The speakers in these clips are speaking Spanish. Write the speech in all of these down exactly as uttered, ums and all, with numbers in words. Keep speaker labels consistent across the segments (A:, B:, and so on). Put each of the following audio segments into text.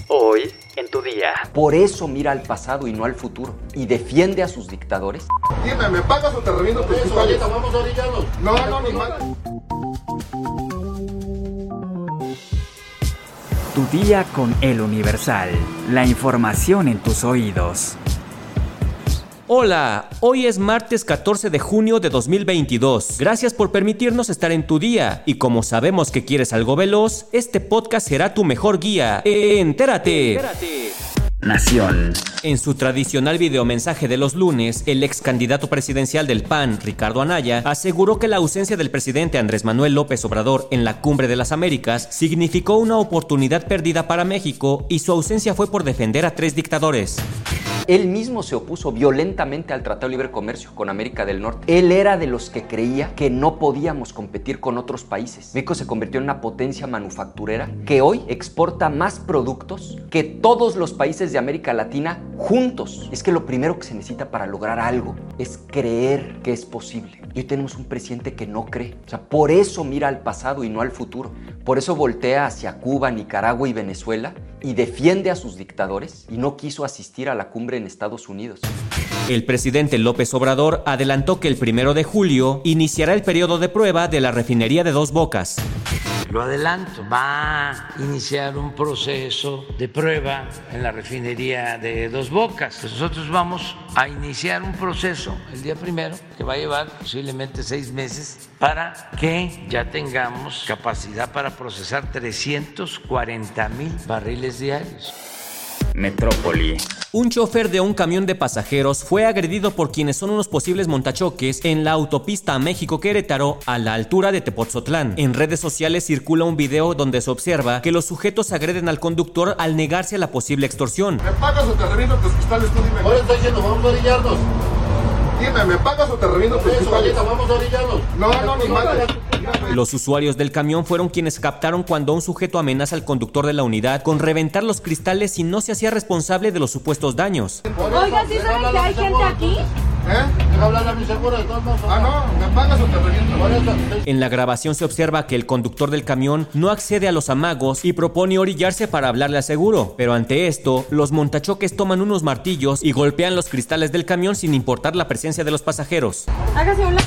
A: Hoy en tu día.
B: Por eso mira al pasado y no al futuro. Y defiende a sus dictadores.
C: Dime, ¿me pagas o te reviento tus cristales?
D: Vamos a orillarnos.
C: No, no, ni más.
A: Tu día con El Universal. La información en tus oídos.
E: Hola, hoy es martes catorce de junio de dos mil veintidós. Gracias por permitirnos estar en tu día. Y como sabemos que quieres algo veloz, este podcast será tu mejor guía. ¡Entérate! ¡Entérate!
A: Nación.
E: En su tradicional videomensaje de los lunes, el ex candidato presidencial del P A N, Ricardo Anaya, aseguró que la ausencia del presidente Andrés Manuel López Obrador en la Cumbre de las Américas significó una oportunidad perdida para México y su ausencia fue por defender a tres dictadores.
B: Él mismo se opuso violentamente al Tratado de Libre Comercio con América del Norte. Él era de los que creía que no podíamos competir con otros países. México se convirtió en una potencia manufacturera que hoy exporta más productos que todos los países de América Latina juntos. Es que lo primero que se necesita para lograr algo es creer que es posible. Y hoy tenemos un presidente que no cree. O sea, por eso mira al pasado y no al futuro. Por eso voltea hacia Cuba, Nicaragua y Venezuela y defiende a sus dictadores y no quiso asistir a la cumbre en Estados Unidos.
E: El presidente López Obrador adelantó que el primero de julio iniciará el periodo de prueba de la refinería de Dos Bocas.
D: Lo adelanto, va a iniciar un proceso de prueba en la refinería de Dos Bocas. Pues nosotros vamos a iniciar un proceso el día primero que va a llevar posiblemente seis meses para que ya tengamos capacidad para procesar trescientos cuarenta mil barriles diarios.
A: Metrópoli.
E: Un chofer de un camión de pasajeros fue agredido por quienes son unos posibles montachoques en la autopista México-Querétaro a la altura de Tepotzotlán. En redes sociales circula un video donde se observa que los sujetos agreden al conductor al negarse a la posible extorsión.
C: ¿Me pagas o te reviento tus cristales? Tú dime.
D: Ahora está diciendo, vamos a orillarnos.
C: Dime, ¿me pagas o te reviento tus cristales?
D: Vamos a orillarnos.
C: No, no, ni más.
E: Los usuarios del camión fueron quienes captaron cuando un sujeto amenaza al conductor de la unidad con reventar los cristales si no se hacía responsable de los supuestos daños.
F: Oiga, ¿sí saben que hay gente aquí?
C: ¿Eh?
D: Deja hablar a mi seguro de todos modos.
C: Ah, no, ¿me pagas o te reviento?
E: En la grabación se observa que el conductor del camión no accede a los amagos y propone orillarse para hablarle al seguro. Pero ante esto, los montachoques toman unos martillos y golpean los cristales del camión sin importar la presencia de los pasajeros.
F: Hágase un lado.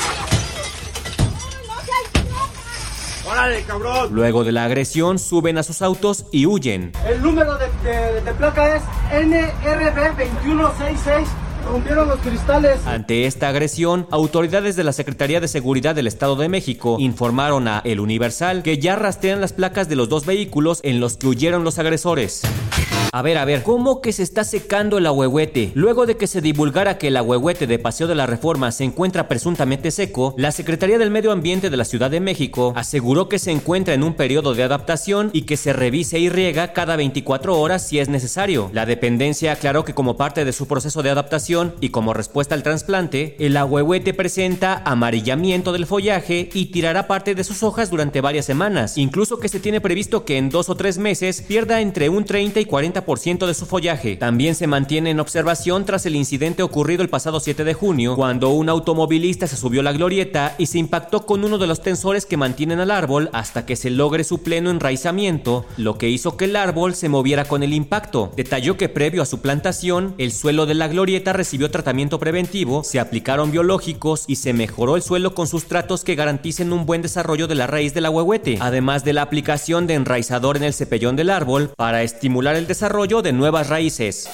C: ¡Órale, cabrón!
E: Luego de la agresión, suben a sus autos y huyen.
G: El número de, de, de placa es N R B veintiuno sesenta y seis. Rompieron los cristales.
E: Ante esta agresión, autoridades de la Secretaría de Seguridad del Estado de México informaron a El Universal que ya rastrean las placas de los dos vehículos en los que huyeron los agresores. A ver, a ver, ¿cómo que se está secando el ahuehuete? Luego de que se divulgara que el ahuehuete de Paseo de la Reforma se encuentra presuntamente seco, la Secretaría del Medio Ambiente de la Ciudad de México aseguró que se encuentra en un periodo de adaptación y que se revise y riega cada veinticuatro horas si es necesario. La dependencia aclaró que como parte de su proceso de adaptación y como respuesta al trasplante, el ahuehuete presenta amarillamiento del follaje y tirará parte de sus hojas durante varias semanas, incluso que se tiene previsto que en dos o tres meses pierda entre un treinta y cuarenta por ciento de su follaje. También se mantiene en observación tras el incidente ocurrido el pasado siete de junio, cuando un automovilista se subió a la glorieta y se impactó con uno de los tensores que mantienen al árbol hasta que se logre su pleno enraizamiento, lo que hizo que el árbol se moviera con el impacto. Detalló que previo a su plantación, el suelo de la glorieta recibió tratamiento preventivo, se aplicaron biológicos y se mejoró el suelo con sustratos que garanticen un buen desarrollo de la raíz del ahuehuete, además de la aplicación de enraizador en el cepellón del árbol para estimular el desarrollo de nuevas raíces.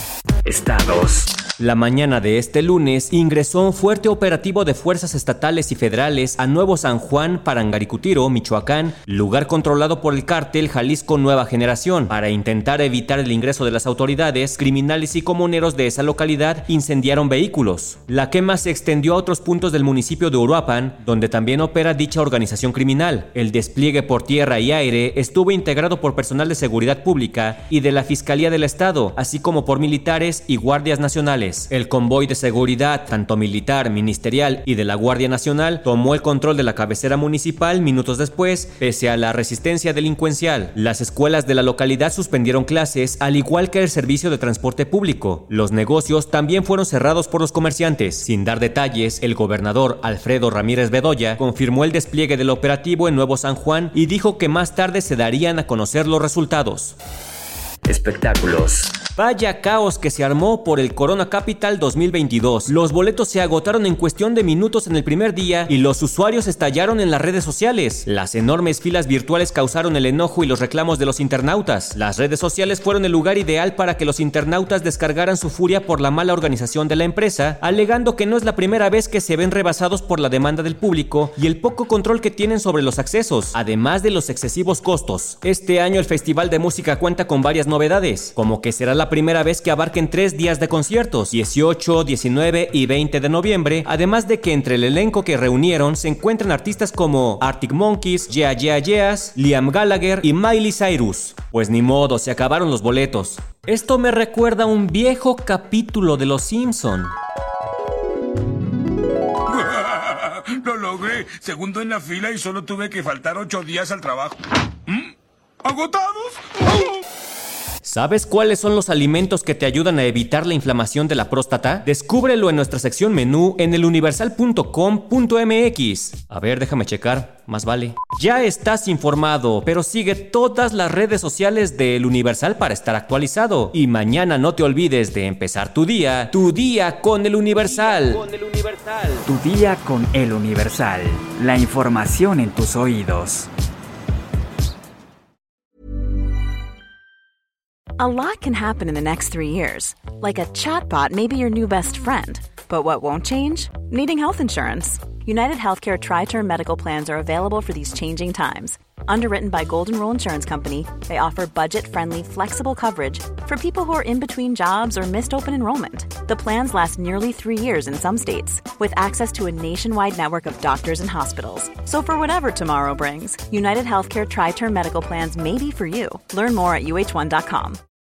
A: Estados.
E: La mañana de este lunes ingresó un fuerte operativo de fuerzas estatales y federales a Nuevo San Juan, Parangaricutiro, Michoacán, lugar controlado por el cártel Jalisco Nueva Generación. Para intentar evitar el ingreso de las autoridades, criminales y comuneros de esa localidad incendiaron vehículos. La quema se extendió a otros puntos del municipio de Uruapan, donde también opera dicha organización criminal. El despliegue por tierra y aire estuvo integrado por personal de seguridad pública y de la Fiscalía del Estado, así como por militares y guardias nacionales. El convoy de seguridad, tanto militar, ministerial y de la Guardia Nacional, tomó el control de la cabecera municipal minutos después, pese a la resistencia delincuencial. Las escuelas de la localidad suspendieron clases, al igual que el servicio de transporte público. Los negocios también fueron cerrados por los comerciantes. Sin dar detalles, el gobernador Alfredo Ramírez Bedoya confirmó el despliegue del operativo en Nuevo San Juan y dijo que más tarde se darían a conocer los resultados.
A: Espectáculos.
E: Vaya caos que se armó por el Corona Capital dos mil veintidós. Los boletos se agotaron en cuestión de minutos en el primer día y los usuarios estallaron en las redes sociales. Las enormes filas virtuales causaron el enojo y los reclamos de los internautas. Las redes sociales fueron el lugar ideal para que los internautas descargaran su furia por la mala organización de la empresa, alegando que no es la primera vez que se ven rebasados por la demanda del público y el poco control que tienen sobre los accesos, además de los excesivos costos. Este año el Festival de Música cuenta con varias novedades, como que será la primera vez que abarquen tres días de conciertos, dieciocho, diecinueve y veinte de noviembre, además de que entre el elenco que reunieron se encuentran artistas como Arctic Monkeys, Yeah Yeah Yeahs, Liam Gallagher y Miley Cyrus. Pues ni modo, se acabaron los boletos. Esto me recuerda a un viejo capítulo de Los Simpson.
H: Lo logré, segundo en la fila y solo tuve que faltar ocho días al trabajo. ¿Mm? ¿Agotados? ¡Oh!
E: ¿Sabes cuáles son los alimentos que te ayudan a evitar la inflamación de la próstata? Descúbrelo en nuestra sección menú en el universal punto com punto m x. A ver, déjame checar, más vale. Ya estás informado, pero sigue todas las redes sociales de El Universal para estar actualizado. Y mañana no te olvides de empezar tu día, tu día con El Universal. Con El Universal.
A: Tu día con El Universal. La información en tus oídos.
I: A lot can happen in the next three years. Like a chatbot may be your new best friend. But what won't change? Needing health insurance. United Healthcare Tri-Term Medical Plans are available for these changing times. Underwritten by Golden Rule Insurance Company, they offer budget-friendly, flexible coverage for people who are in between jobs or missed open enrollment. The plans last nearly three years in some states, with access to a nationwide network of doctors and hospitals. So for whatever tomorrow brings, United Healthcare Tri-Term Medical Plans may be for you. Learn more at U H one dot com.